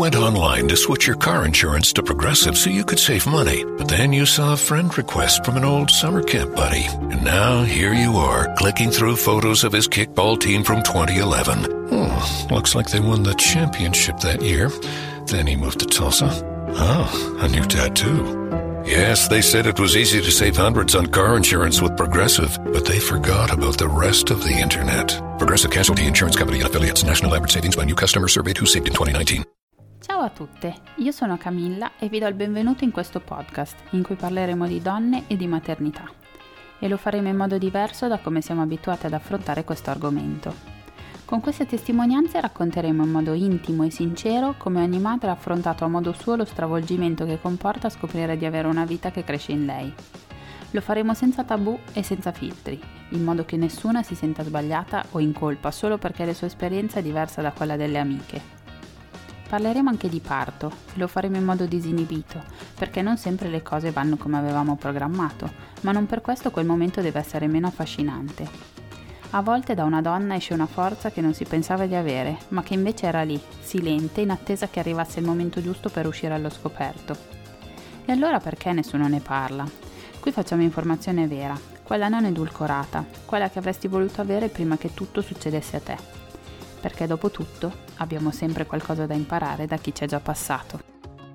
went online to switch your car insurance to Progressive so you could save money. But then you saw a friend request from an old summer camp buddy. And now here you are, clicking through photos of his kickball team from 2011. Looks like they won the championship that year. Then he moved to Tulsa. Oh, a new tattoo. Yes, they said it was easy to save hundreds on car insurance with Progressive, but they forgot about the rest of the internet. Progressive Casualty Insurance Company and Affiliates. National average savings by new customer surveyed who saved in 2019. Ciao a tutte, io sono Camilla e vi do il benvenuto in questo podcast in cui parleremo di donne e di maternità. E lo faremo in modo diverso da come siamo abituati ad affrontare questo argomento. Con queste testimonianze racconteremo in modo intimo e sincero come ogni madre ha affrontato a modo suo lo stravolgimento che comporta scoprire di avere una vita che cresce in lei. Lo faremo senza tabù e senza filtri, in modo che nessuna si senta sbagliata o in colpa solo perché la sua esperienza è diversa da quella delle amiche. Parleremo anche di parto e lo faremo in modo disinibito, perché non sempre le cose vanno come avevamo programmato, ma non per questo quel momento deve essere meno affascinante. A volte da una donna esce una forza che non si pensava di avere, ma che invece era lì, silente, in attesa che arrivasse il momento giusto per uscire allo scoperto. E allora perché nessuno ne parla? Qui facciamo informazione vera, quella non edulcorata, quella che avresti voluto avere prima che tutto succedesse a te. Perché dopo tutto abbiamo sempre qualcosa da imparare da chi ci è già passato.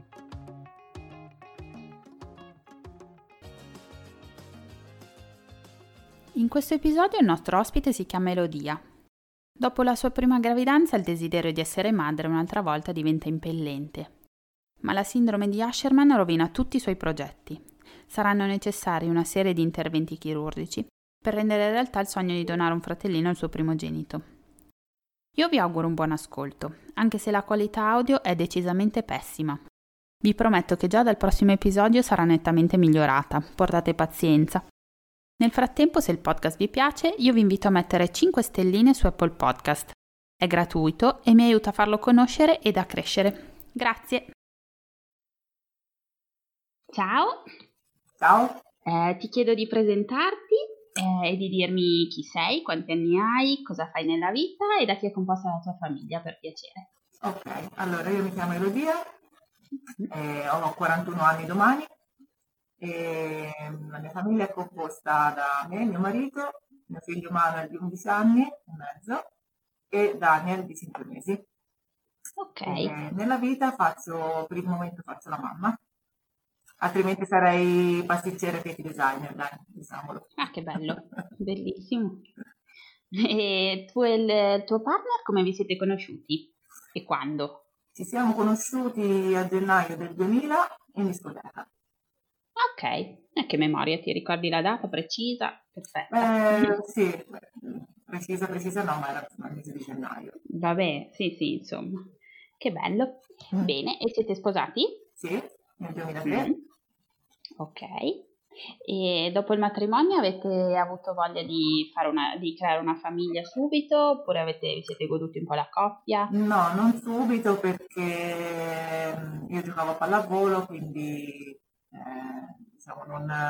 In questo episodio il nostro ospite si chiama Elodia. Dopo la sua prima gravidanza il desiderio di essere madre un'altra volta diventa impellente. Ma la sindrome di Asherman rovina tutti i suoi progetti. Saranno necessari una serie di interventi chirurgici per rendere realtà il sogno di donare un fratellino al suo primogenito. Io vi auguro un buon ascolto, anche se la qualità audio è decisamente pessima. Vi prometto che già dal prossimo episodio sarà nettamente migliorata, portate pazienza. Nel frattempo, se il podcast vi piace, io vi invito a mettere 5 stelline su Apple Podcast. È gratuito e mi aiuta a farlo conoscere ed a crescere. Grazie! Ciao! Ciao! Ti chiedo di presentarti e di dirmi chi sei, quanti anni hai, cosa fai nella vita e da chi è composta la tua famiglia, per piacere. Ok, allora io mi chiamo Elodia, ho 41 anni domani. E la mia famiglia è composta da me, mio marito, mio figlio Manuel di 11 anni e mezzo e Daniel di 5 mesi. Ok. E nella vita per il momento faccio la mamma, altrimenti sarei pasticcere e designer, dai, diciamolo. Ah, che bello, bellissimo. E tu e il tuo partner come vi siete conosciuti e quando? Ci siamo conosciuti a gennaio del 2000 in discoteca. Ok, che memoria, ti ricordi la data precisa? Perfetto. Sì, precisa no, ma era il mese di gennaio. Vabbè, sì, insomma. Che bello. Bene, e siete sposati? Sì, nel 2003. Ok. E dopo il matrimonio avete avuto voglia di creare una famiglia subito oppure vi siete goduti un po' la coppia? No, non subito perché io giocavo a pallavolo, quindi diciamo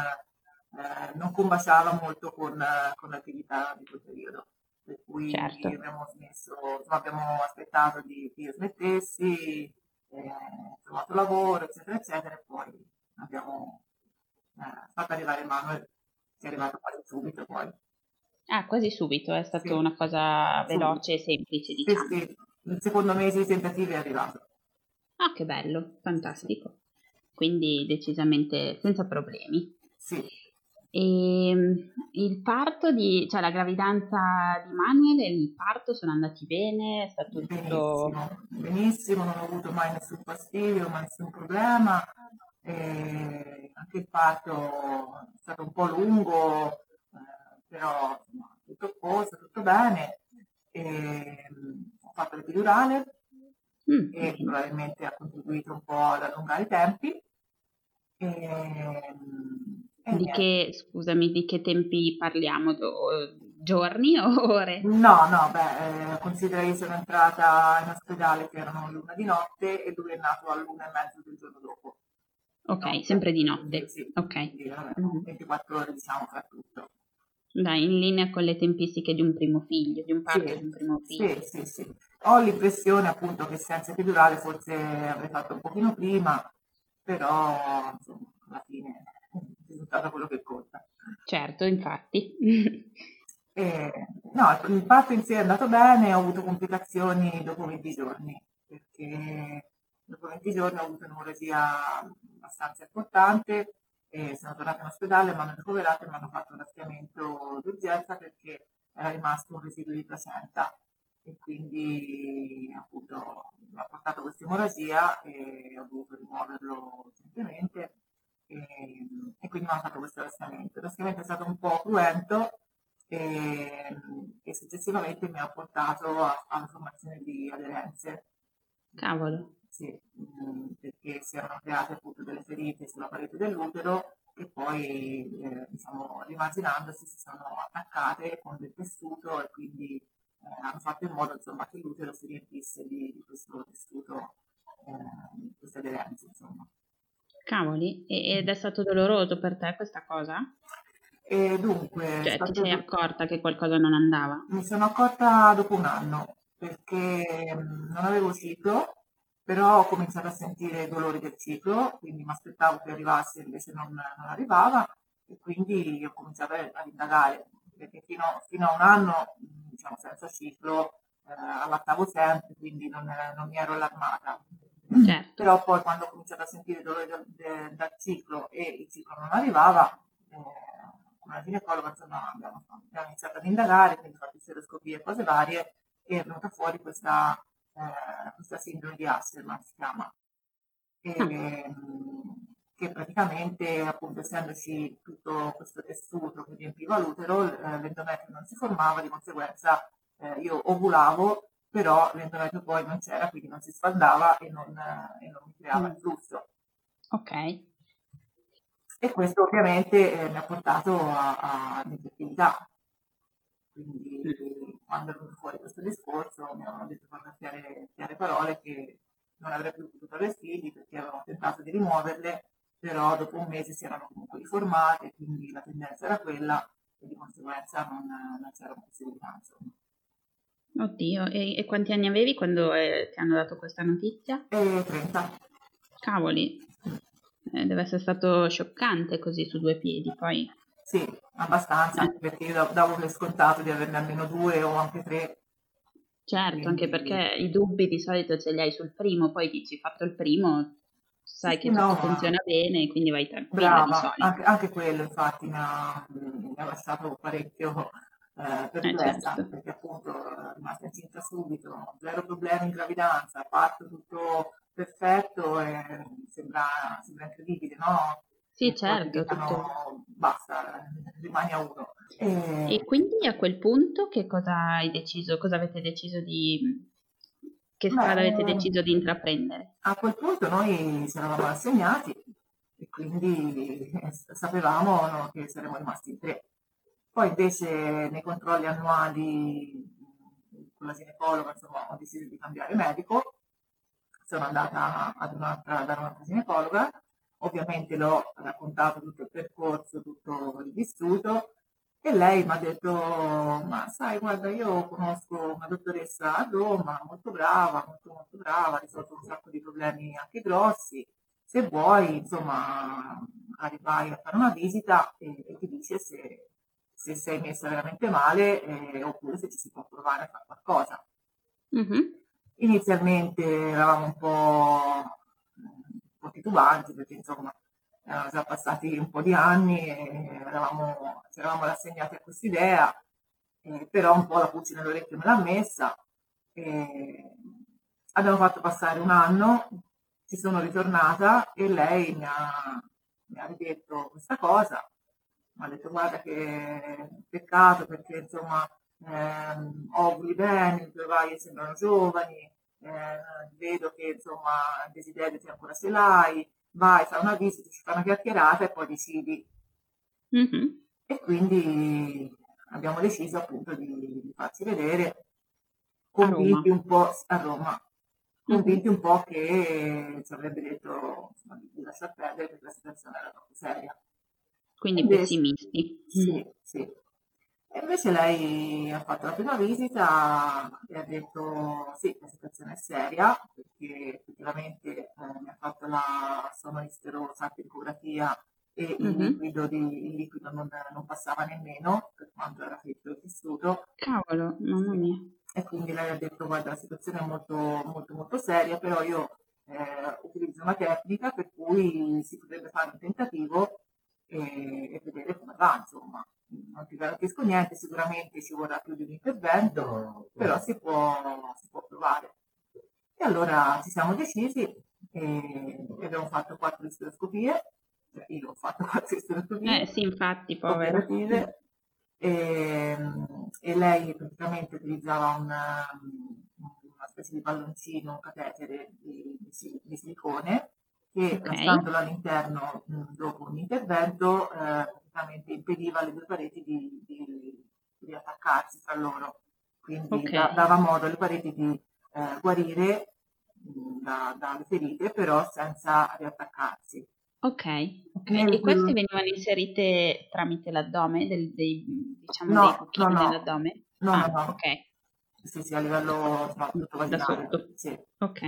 non combaciava molto con l'attività di quel periodo, per cui Certo. abbiamo smesso, insomma, abbiamo aspettato che io smettessi, trovato lavoro, eccetera, e poi abbiamo fatto arrivare Manuel, che è arrivato quasi subito poi. Ah, quasi subito, è stata Sì. una cosa veloce e semplice, diciamo. Sì, il secondo mese di tentativi è arrivato. Ah, che bello, fantastico. Quindi decisamente senza problemi. Sì. E il parto cioè la gravidanza di Manuel e il parto sono andati bene? È stato tutto... Benissimo, non ho avuto mai nessun fastidio, mai nessun problema. Anche il parto è stato un po' lungo, però insomma, tutto a posto, tutto bene. Ho fatto l'epidurale e probabilmente ha contribuito un po' ad allungare i tempi. Scusami, di che tempi parliamo? Giorni o ore? No, considera io sono entrata in ospedale che erano l'una di notte e lui è nato all'1:30 del giorno dopo. Ok, notte. Sempre di notte. Sì, ok. Quindi, 24 ore diciamo fra tutto. Dai, in linea con le tempistiche di un primo figlio, di un parto di un primo figlio. Sì. Ho l'impressione appunto che senza epidurale forse avrei fatto un pochino prima, però insomma, alla fine il risultato è quello che conta. Certo, infatti. No, il parto in sé è andato bene, ho avuto complicazioni dopo 20 giorni, perché dopo 20 giorni ho avuto un'emorragia abbastanza importante e sono tornata in ospedale, mi hanno ricoverato e mi hanno fatto un trattamento d'urgenza perché era rimasto un residuo di placenta e quindi appunto mi ha portato questa emorragia e ho dovuto rimuoverlo urgentemente e quindi mi hanno fatto questo trattamento. Il trattamento è stato un po' cruento e successivamente mi ha portato alla formazione di aderenze. Cavolo. Sì, perché si erano create appunto delle ferite sulla parete dell'utero e poi diciamo rimarginandosi si sono attaccate con del tessuto e quindi hanno fatto in modo insomma che l'utero si riempisse di questo tessuto, di queste aderenze insomma. Cavoli, ed è stato doloroso per te questa cosa? E dunque, Cioè, ti sei accorta che qualcosa non andava? mi sono accorta dopo un anno perché non avevo ciclo, però ho cominciato a sentire i dolori del ciclo, quindi mi aspettavo che arrivasse, invece non arrivava e quindi ho cominciato ad indagare, perché fino a un anno, diciamo, senza ciclo, allattavo sempre, quindi non mi ero allarmata. Certo. Però poi quando ho cominciato a sentire i dolori dal ciclo e il ciclo non arrivava, con la ginecologa insomma, abbiamo iniziato ad indagare, quindi ho fatto seroscopie e cose varie e è venuta fuori questa sindrome di Asherman, si chiama, che praticamente appunto essendoci tutto questo tessuto che riempiva l'utero, l'endometrio non si formava, di conseguenza io ovulavo, però l'endometrio poi non c'era, quindi non si sfaldava e non mi creava il flusso. Ok. E questo ovviamente mi ha portato all'infertilità. Quindi quando è venuto fuori questo discorso mi hanno detto con chiare parole che non avrei più potuto avere figli perché avevano tentato di rimuoverle, però dopo un mese si erano comunque riformate, quindi la tendenza era quella e di conseguenza non c'era possibilità. Insomma. Oddio, e quanti anni avevi quando ti hanno dato questa notizia? 30. Cavoli, deve essere stato scioccante così su due piedi, poi... Sì, abbastanza, perché io davo per scontato di averne almeno 2 o anche 3. Certo, quindi... anche perché i dubbi di solito ce li hai sul primo, poi dici fatto il primo, sai sì, che tutto no, funziona bene, quindi vai tranquilla di brava, solito. anche quello infatti mi ha lasciato parecchio perplessa, Certo. perché appunto è rimasta incinta subito, zero problemi in gravidanza, parto tutto perfetto e sembra incredibile, no? Sì, E poi ti certo, tutto. dicono basta, rimani a uno. E quindi a quel punto che cosa hai deciso, cosa avete deciso che strada avete deciso di intraprendere? A quel punto noi ci eravamo rassegnati e quindi sapevamo no, che saremmo rimasti in 3. Poi invece nei controlli annuali con la ginecologa insomma, ho deciso di cambiare medico, sono andata da un'altra ginecologa, ovviamente l'ho raccontato tutto il percorso, tutto il vissuto e lei mi ha detto, ma sai, guarda, io conosco una dottoressa a Roma, molto brava, ha risolto un sacco di problemi anche grossi. Se vuoi, insomma, arrivai a fare una visita e ti dice se sei messa veramente male oppure se ci si può provare a fare qualcosa. Mm-hmm. Inizialmente eravamo un po' titubanti perché insomma erano già passati un po' di anni e ci eravamo rassegnati a quest'idea, però un po' la pulce nell'orecchio me l'ha messa. Abbiamo fatto passare un anno, ci sono ritornata e lei mi ha ridetto questa cosa, mi ha detto guarda che peccato perché insomma ovuli bene, i tuoi ovari sembrano giovani, vedo che insomma il desiderio ti ancora ce l'hai, vai, fai una visita, ci fai una chiacchierata e poi decidi. Mm-hmm. E quindi abbiamo deciso appunto di farci vedere, convinti un po' a Roma, convinti un po' che ci avrebbe detto insomma, di lasciar perdere perché la situazione era troppo seria. Quindi Invece, pessimisti. sì, sì. E invece lei ha fatto la prima visita e ha detto sì, la situazione è seria, perché effettivamente mi ha fatto la somatostatica e Mhm. il liquido non passava nemmeno, per quanto era freddo il tessuto. Cavolo, mamma Sì. mia. E quindi lei ha detto guarda, la situazione è molto, molto, molto seria, però io utilizzo una tecnica per cui si potrebbe fare un tentativo e vedere come va, insomma. Non ti garantisco niente, sicuramente ci vorrà più di un intervento, però si può provare. E allora ci siamo decisi e abbiamo fatto 4 isteroscopie, cioè io ho fatto 4 isteroscopie Sì, infatti, povera. operative e lei praticamente utilizzava una specie di palloncino, un catetere di silicone che Ok, lasciandolo all'interno dopo un intervento praticamente impediva alle due pareti di attaccarsi tra loro, quindi ok, dava modo alle pareti di guarire dalle ferite però senza riattaccarsi. ok, ok. Nel, E queste venivano inserite tramite l'addome, diciamo dei no, no, buchini no, nell'addome? no, no, Ah, no, ok, sì, sì, a livello no, tutto da vaginale, sotto. sì. Ok,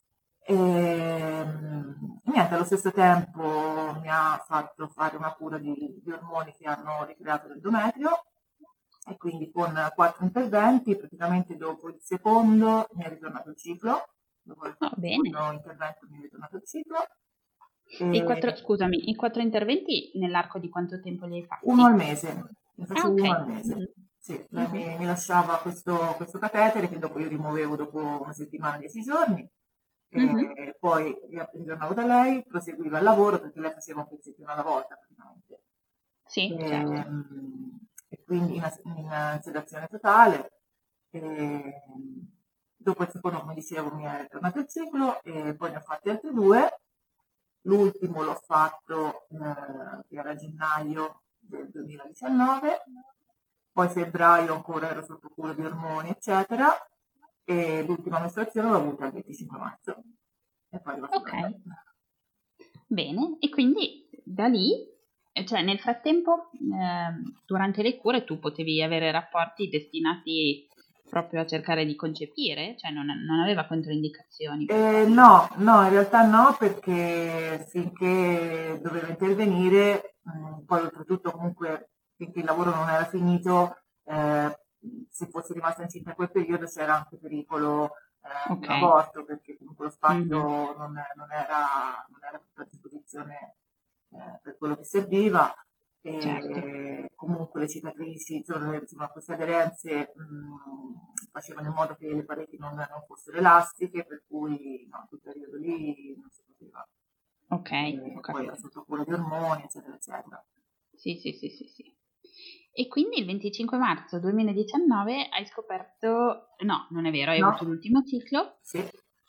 Niente, allo stesso tempo mi ha fatto fare una cura di ormoni che hanno ricreato l'endometrio e quindi con 4 interventi, praticamente dopo il secondo mi è ritornato il ciclo, dopo aver va fatto il bene. secondo intervento mi è ritornato il ciclo, E e scusami, i 4 interventi nell'arco di quanto tempo li hai uno al fatti? mese, ne Ah, facevo ok. uno al mese. Mhm, Sì, lei mhm. mi lasciava questo catetere che dopo io rimuovevo dopo una settimana, 10 giorni, Mhm. e poi ritornavo da lei, proseguiva il lavoro perché lei faceva un pezzettino alla volta praticamente. Sì, certo. E quindi in sedazione totale. E, dopo il secondo, come dicevo, mi è tornato il ciclo e poi ne ho fatti altri 2. L'ultimo l'ho fatto che era gennaio del 2019, poi febbraio ancora ero sotto cura di ormoni, eccetera, e l'ultima mestruazione l'ho avuta il 25 marzo e poi è arrivata Ok, bella. bene. E quindi da lì, cioè nel frattempo, durante le cure tu potevi avere rapporti destinati proprio a cercare di concepire, cioè non aveva controindicazioni questa. No, no, in realtà no, perché finché doveva intervenire, poi oltretutto comunque finché il lavoro non era finito, se fosse rimasta incinta in quel periodo c'era anche pericolo di Ok. un aborto, perché comunque lo spazio Mhm. non era tutto a disposizione per quello che serviva Certo. e comunque le cicatrici, insomma, queste aderenze facevano in modo che le pareti non fossero elastiche, per cui no, in quel periodo lì non si poteva. Ok, ho Poi era capito. sotto cura di ormoni, eccetera, eccetera. Sì, sì, sì, sì, sì. E quindi il 25 marzo 2019 hai scoperto, no, non è vero, hai No? avuto l'ultimo ciclo Sì,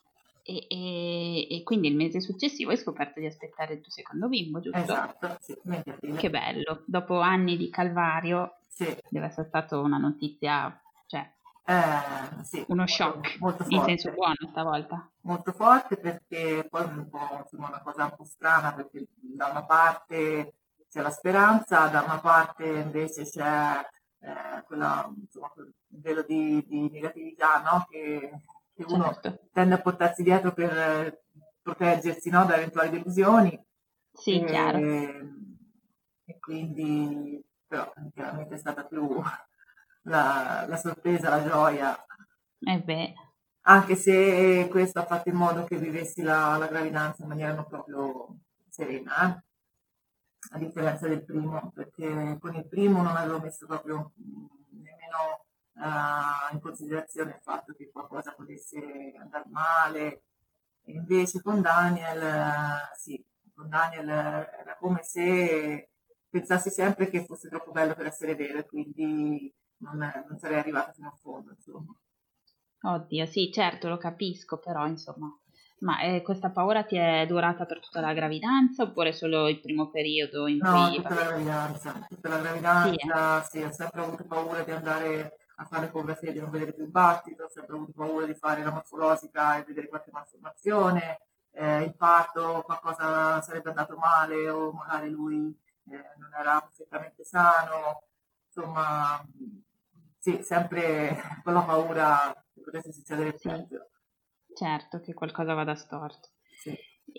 e quindi il mese successivo hai scoperto di aspettare il tuo secondo bimbo, giusto? esatto, sì, 20 aprile. Che bello, dopo anni di calvario Sì, deve essere stata una notizia, cioè sì, uno molto, shock, molto in senso forte. buono stavolta. Molto forte perché poi un po' insomma, una cosa un po' strana perché da una parte c'è la speranza, da una parte invece c'è insomma, quel velo di negatività no? Che uno Certo, tende a portarsi dietro per proteggersi no? Da eventuali delusioni sì, chiaro. e quindi però chiaramente è stata più la sorpresa, la gioia E beh, anche se questo ha fatto in modo che vivessi la gravidanza in maniera non proprio serena, a differenza del primo, perché con il primo non avevo messo proprio nemmeno in considerazione il fatto che qualcosa potesse andare male. E invece con Daniel, sì, con Daniel era come se pensassi sempre che fosse troppo bello per essere vero e quindi non sarei arrivata fino a fondo, insomma. oddio, sì, certo, lo capisco, però insomma, ma questa paura ti è durata per tutta la gravidanza oppure solo il primo periodo in No, cui, vabbè, tutta la sì, gravidanza, sì, ho sempre avuto paura di andare a fare ecografia e di non vedere più il battito, ho sempre avuto paura di fare la morfologica e vedere qualche malformazione, il parto, qualcosa sarebbe andato male o magari lui non era perfettamente sano, insomma, sì, sempre con la paura che potesse succedere Sì, peggio. certo che qualcosa vada storto. Sì.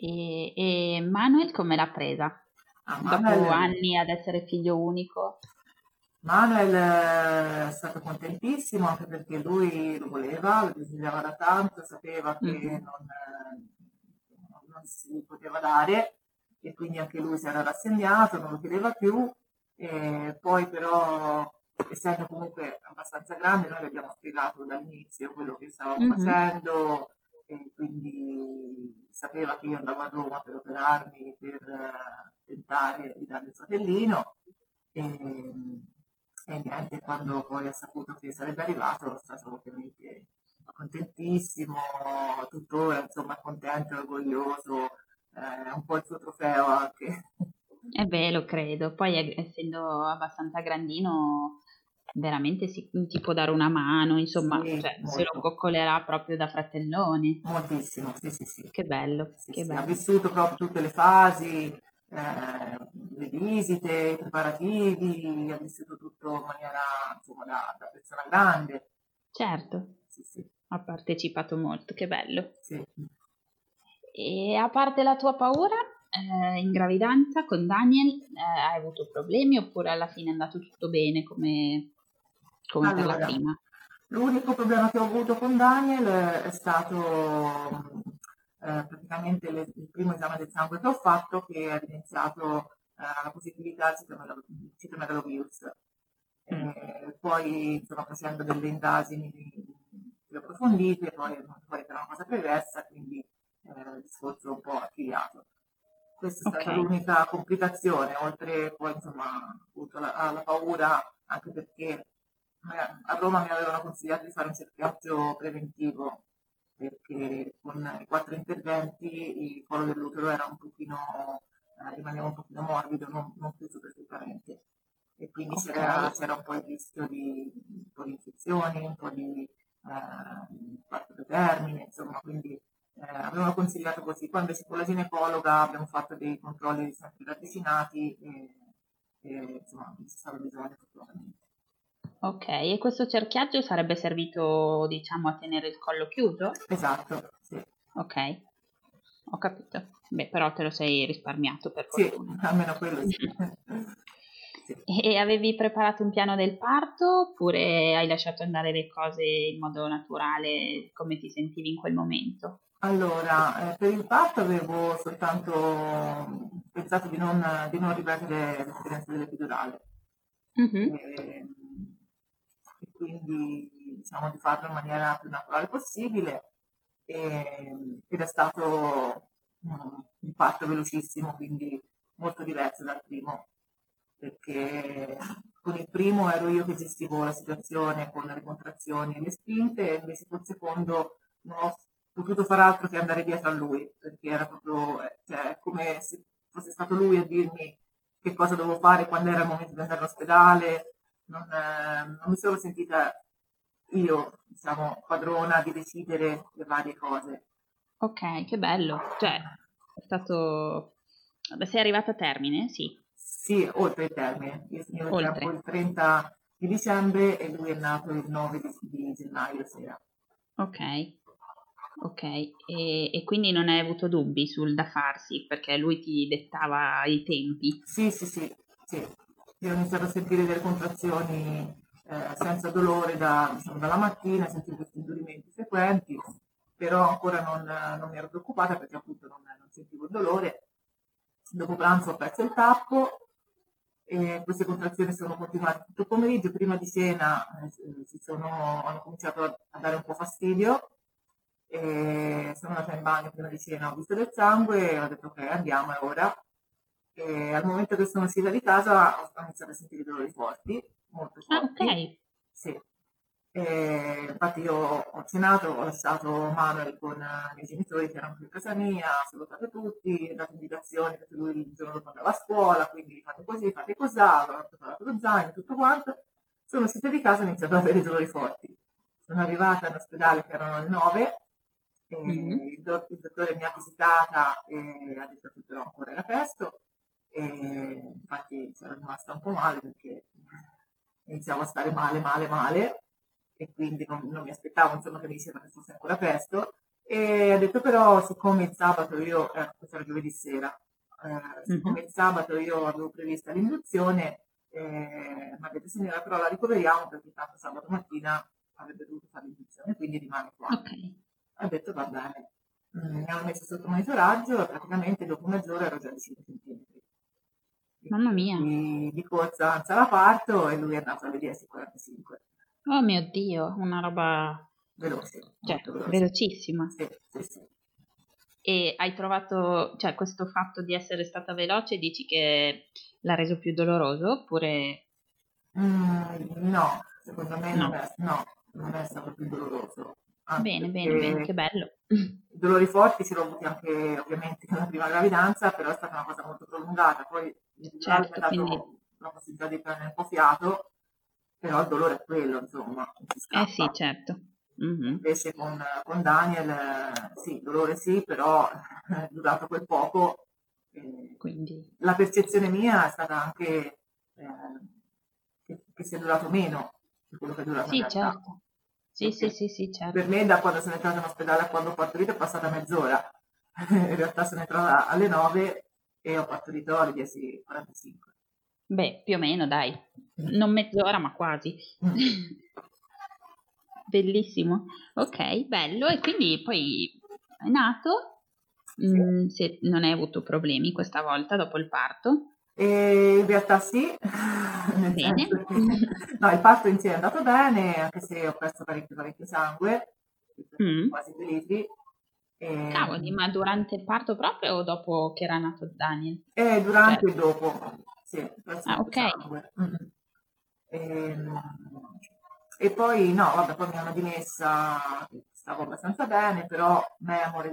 E Manuel come l'ha presa? Dopo Manuel, anni ad essere figlio unico? Manuel è stato contentissimo anche perché lui lo voleva, lo desiderava da tanto, sapeva che Mhm. non si poteva dare e quindi anche lui si era rassegnato, non lo chiedeva più. E poi però, essendo comunque abbastanza grande, noi le abbiamo spiegato dall'inizio quello che stavamo Mhm. facendo e quindi sapeva che io andavo a Roma per operarmi, per tentare di dare il fratellino. E, e niente, quando poi ha saputo che sarebbe arrivato, è stato ovviamente contentissimo, tuttora insomma contento, orgoglioso, è un po' il suo trofeo anche. Eh beh, lo credo. Poi essendo abbastanza grandino, veramente ti può dare una mano, insomma, Sì, cioè, se lo molto, coccolerà proprio da fratellone. moltissimo, sì, sì, sì. Che bello, Sì, che sì, ha bello. vissuto proprio tutte le fasi, le visite, i preparativi, ha vissuto tutto in maniera, insomma, da persona grande. Certo, Sì, sì, ha partecipato molto, che bello. sì. E a parte la tua paura, in gravidanza con Daniel, hai avuto problemi oppure alla fine è andato tutto bene come per la Allora, prima? l'unico problema che ho avuto con Daniel è stato praticamente il primo esame del sangue che ho fatto che ha evidenziato la positività al citomegalovirus. Mm, Poi, insomma, facendo delle indagini più approfondite, poi è venuto fuori che era una cosa pregressa, quindi il discorso un po' archiviato. Questa è ok, stata l'unica complicazione, oltre poi insomma appunto alla paura, anche perché a Roma mi avevano consigliato di fare un cerchiaggio preventivo, perché con i 4 interventi il collo dell'utero era un pochino, rimaneva un pochino morbido, non chiuso perfettamente. E quindi ok, c'era un po' il rischio di un po' di infezioni, un po' di parto pretermine, insomma, quindi avevano consigliato così. Poi invece con la ginecologa abbiamo fatto dei controlli sempre ravvicinati e insomma non c'è stato bisogno effettivamente. ok. E questo cerchiaggio sarebbe servito, diciamo, a tenere il collo chiuso? Esatto, sì. Ok, ho capito. Beh, però te lo sei risparmiato per Sì, fortuna. almeno quello sì. Sì. E avevi preparato un piano del parto oppure hai lasciato andare le cose in modo naturale come ti sentivi in quel momento? Allora, per il parto avevo soltanto pensato di non ripetere l'esperienza dell'epidurale. Mhm. E, e quindi diciamo di farlo in maniera più naturale possibile ed è stato un parto velocissimo, quindi molto diverso dal primo, perché con il primo ero io che gestivo la situazione con le contrazioni e le spinte, e invece col secondo non ho potuto fare altro che andare dietro a lui, perché era proprio, cioè, come se fosse stato lui a dirmi che cosa dovevo fare quando era il momento di andare all'ospedale, non mi sono sentita io, diciamo, padrona di decidere le varie cose. Ok, che bello. Cioè, è stato... Beh, sei arrivata a termine? Sì, Sì, oltre il termine. Io finivo il tempo oltre. il 30 di dicembre e lui è nato il 9 di gennaio sera. Ok, ok. E quindi non hai avuto dubbi sul da farsi perché lui ti dettava i tempi. Sì, sì, sì, sì. Io ho iniziato a sentire delle contrazioni senza dolore diciamo, dalla mattina, sentivo questi indurimenti frequenti, però ancora non mi ero preoccupata perché appunto non sentivo il dolore. Dopo pranzo ho perso il tappo e queste contrazioni sono continuate tutto il pomeriggio. Prima di cena hanno cominciato a dare un po' fastidio. E sono andata in bagno prima di cena, ho visto del sangue e ho detto ok, andiamo, è ora. E al momento che sono uscita di casa ho iniziato a sentire dolori forti, molto Ah, ok. forti. Sì. E infatti io ho cenato, ho lasciato Manuel con i miei genitori che erano qui a casa mia, ho salutato tutti, ho dato indicazioni perché lui il giorno dopo andava a scuola, quindi fate così, fate cos'ha, ho preparato lo zaino, tutto quanto. Sono uscita di casa e ho iniziato ad avere dolori forti. Sono arrivata all'ospedale che erano le 9 Mhm. il dottore mi ha visitata e ha detto che però ancora era presto e infatti c'era rimasta un po' male perché iniziavo a stare male, male, male, e quindi non mi aspettavo insomma che mi diceva che fosse ancora presto, e ha detto però siccome il sabato io, questo era giovedì sera, siccome il sabato io avevo prevista l'induzione, mi ha detto signora però la ricoveriamo perché tanto sabato mattina avrebbe dovuto fare l'induzione, quindi rimane qua. Ok. Ha detto va bene. Mi hanno messo sotto monitoraggio e praticamente dopo mezz'ora ero già di 5 centimetri. Mamma mia. Di corsa alza la parto e lui è andato alle 10:45. Oh mio Dio, una roba, Veloce, cioè, molto veloce. velocissima. Sì, sì, sì. E hai trovato, cioè, questo fatto di essere stata veloce, dici che l'ha reso più doloroso oppure No, secondo me no? non è stato più doloroso. Anche Bene, bene, bene, perché che bello. i dolori forti ce l'ho avuti anche ovviamente nella prima gravidanza, però è stata una cosa molto prolungata. Poi l'epidurale mi Certo, ha quindi, dato la possibilità di prendere un po' fiato, però il dolore è quello, insomma, non si sì, scappa. certo. Mhm. Invece con Daniel, sì, dolore sì, però è durato quel poco. Quindi, La percezione mia è stata anche che sia durato meno di quello che è durato in sì, realtà. certo. Sì, sì, Perché sì, sì, per certo. me da quando sono entrata in ospedale a quando ho partorito è passata mezz'ora. In realtà sono entrata alle 9 e ho partorito alle 10:45. Beh, più o meno, dai. Non mezz'ora, ma quasi. Mm. Bellissimo. Ok, bello. E quindi poi è nato, Sì. se non hai avuto problemi questa volta dopo il parto. E in realtà sì, nel Bene. senso che no, il parto in sé è andato bene, anche se ho perso parecchio sangue, Mm. quasi 2 litri, e, Cavoli, ma durante il parto proprio o dopo che era nato Daniel? e Cioè, durante e dopo, sì, ho perso molto ok, sangue. E, e poi no, vabbè, poi mi hanno dimessa, stavo abbastanza bene, però memore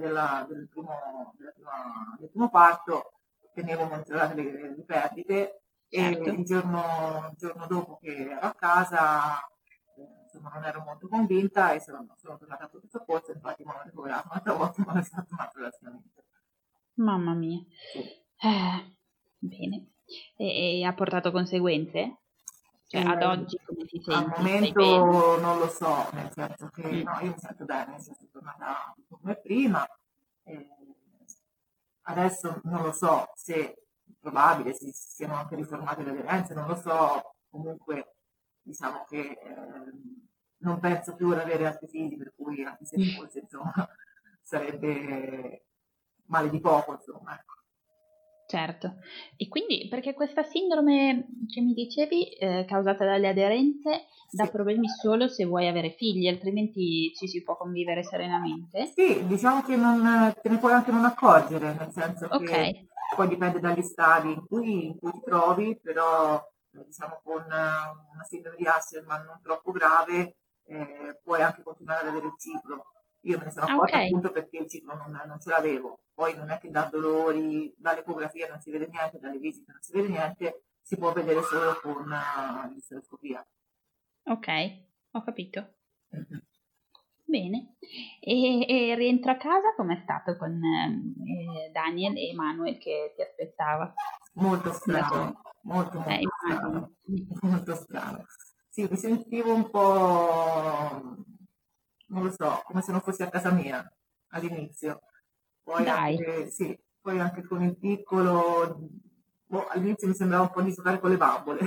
del primo parto tenevo monitorate le perdite e certo. il giorno dopo che ero a casa, insomma, non ero molto convinta e sono tornata a pronto soccorso, infatti mi hanno ricoverato un'altra volta e mi hanno fatto un altro relazionamento. Mamma mia. Sì. Bene. E ha portato conseguenze? Cioè, ad oggi come ti Al senti? Stai bene? momento non lo so, nel senso che Mm. no, io mi sento bene, sono tornata come prima. eh, Adesso non lo so se è probabile si siano anche riformate le aderenze, non lo so, comunque diciamo che non penso più ad avere altri figli, per cui anche se fosse insomma sarebbe male di poco, insomma. Ecco. Certo. E quindi, perché questa sindrome che mi dicevi, causata dalle aderenze, dà Sì. problemi solo se vuoi avere figli, altrimenti ci si può convivere serenamente? Sì, diciamo che non, te ne puoi anche non accorgere, nel senso Ok, che poi dipende dagli stadi in cui ti trovi, però diciamo con una sindrome di Asherman non troppo grave puoi anche continuare ad avere il ciclo. Io me ne sono ah, ok, accorta appunto perché il ciclo non ce l'avevo, poi non è che dà dolori, dall'ecografia non si vede niente, dalle visite non si vede niente, si può vedere solo con l'isteroscopia. ok, ho capito. Bene. E rientro a casa com'è stato con Daniel e Manuel che ti aspettava? Molto Da soli? strano, molto molto Immagino. strano, molto strano. Sì, mi sentivo un po', non lo so, come se non fossi a casa mia all'inizio. Dai. Sì, poi anche con il piccolo, boh, all'inizio mi sembrava un po' di giocare con le bambole.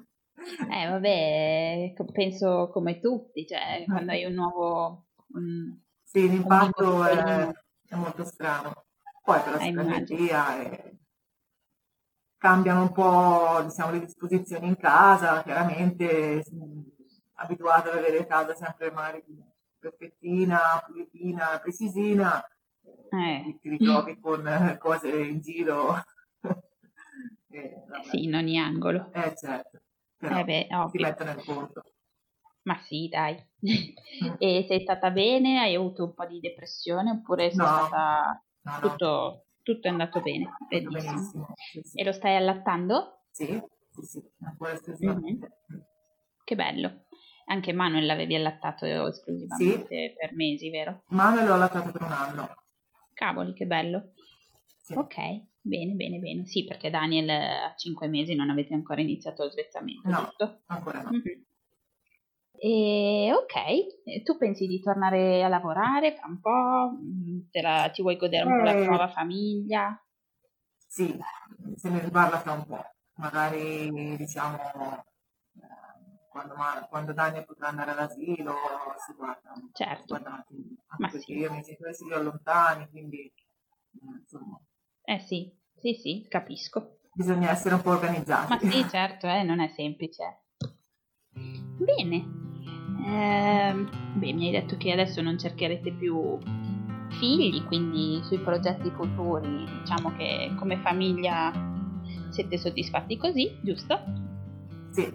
Vabbè, penso come tutti, cioè quando hai Sì, un bimbo l'impatto piccolino, è molto strano. Poi però si prende immagino. via e cambiano un po', diciamo, le disposizioni in casa, chiaramente abituato ad avere casa sempre magari perfettina, pulitina, precisina, Eh. ti ritrovi con cose in giro. Vabbè. Sì, in ogni angolo. Certo, però Beh, si ovvio. mettono in conto. Ma sì, dai. E sei stata bene? Hai avuto un po' di depressione oppure sei No, stata no, no, tutto è andato bene? tutto Bellissimo. benissimo. Sì, sì. E lo stai allattando? Sì, sì, sì, ancora Mhm. esclusivamente. Che bello. Anche Manuel l'avevi allattato Sì, esclusivamente per mesi, vero? ma me l'ho allattato per un anno. Cavoli, che bello. Sì. Ok, bene. Sì, perché Daniel a 5 mesi non avete ancora iniziato lo svezzamento, No, giusto? ancora no. Mm-hmm. E ok, tu pensi di tornare a lavorare fra un po'? Ti vuoi godere un po' la nuova famiglia? Sì, se ne riparla fra un po', magari diciamo quando Daniel potrà andare all'asilo si guarda, Certo. si guarda un attimo, anche Ma perché sì. io i miei genitori si sono lontani, quindi insomma Sì, capisco. bisogna essere un po' organizzati. Ma sì, certo, non è semplice. Bene. Mi hai detto che adesso non cercherete più figli, quindi sui progetti futuri diciamo che come famiglia siete soddisfatti così, giusto? Sì.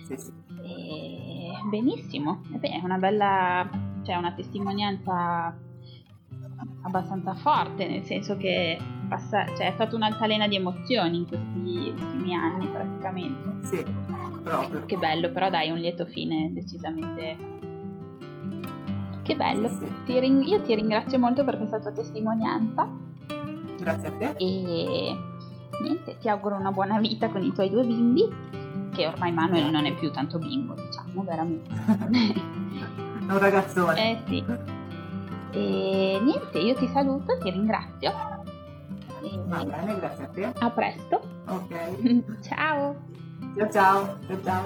Benissimo. È una bella, cioè una testimonianza abbastanza forte, nel senso che è stata un'altalena di emozioni in questi ultimi anni praticamente. Sì, proprio. Che bello, però dai, un lieto fine decisamente. Che bello. Sì. Io ti ringrazio molto per questa tua testimonianza. Grazie a te. E niente, ti auguro una buona vita con i tuoi 2 bimbi, che ormai Manuel non è più tanto bimbo, diciamo, veramente. È un ragazzone. Sì. E niente, io ti saluto, ti ringrazio. Va bene, grazie a te. A presto. Ok. Ciao. Ciao.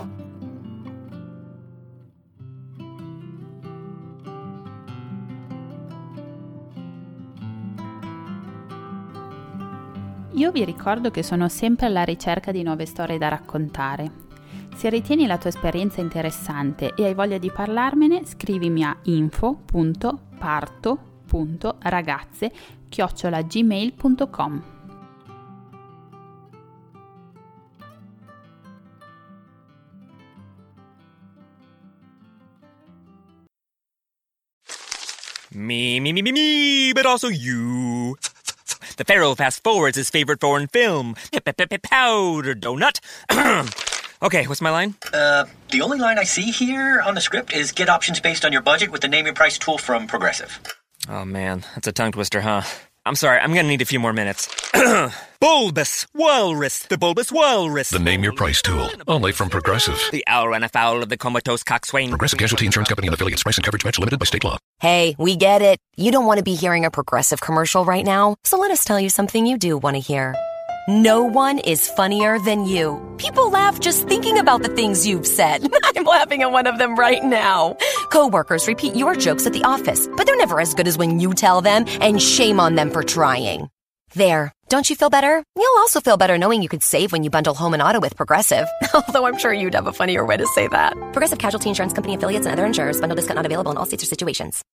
Io vi ricordo che sono sempre alla ricerca di nuove storie da raccontare. Se ritieni la tua esperienza interessante e hai voglia di parlarmene, scrivimi a info.parto.ragazze@gmail.com. Me, but also you. The Pharaoh fast forwards his favorite foreign film, Powder Donut. Okay, what's my line? The only line I see here on the script is get options based on your budget with the Name Your Price tool from Progressive. Oh man, that's a tongue twister, huh? I'm sorry, I'm gonna need a few more minutes. Bulbous Walrus, the Bulbous Walrus. The Name Your Price tool, only from Progressive. The owl ran afoul of the comatose coxswain. Progressive Casualty Insurance Company and affiliates. Price and coverage match limited by state law. Hey, we get it. You don't want to be hearing a Progressive commercial right now, so let us tell you something you do want to hear. No one is funnier than you. People laugh just thinking about the things you've said. I'm laughing at one of them right now. Coworkers repeat your jokes at the office, but they're never as good as when you tell them, and shame on them for trying. There. Don't you feel better? You'll also feel better knowing you could save when you bundle home and auto with Progressive. Although I'm sure you'd have a funnier way to say that. Progressive Casualty Insurance Company affiliates and other insurers. Bundle discount not available in all states or situations.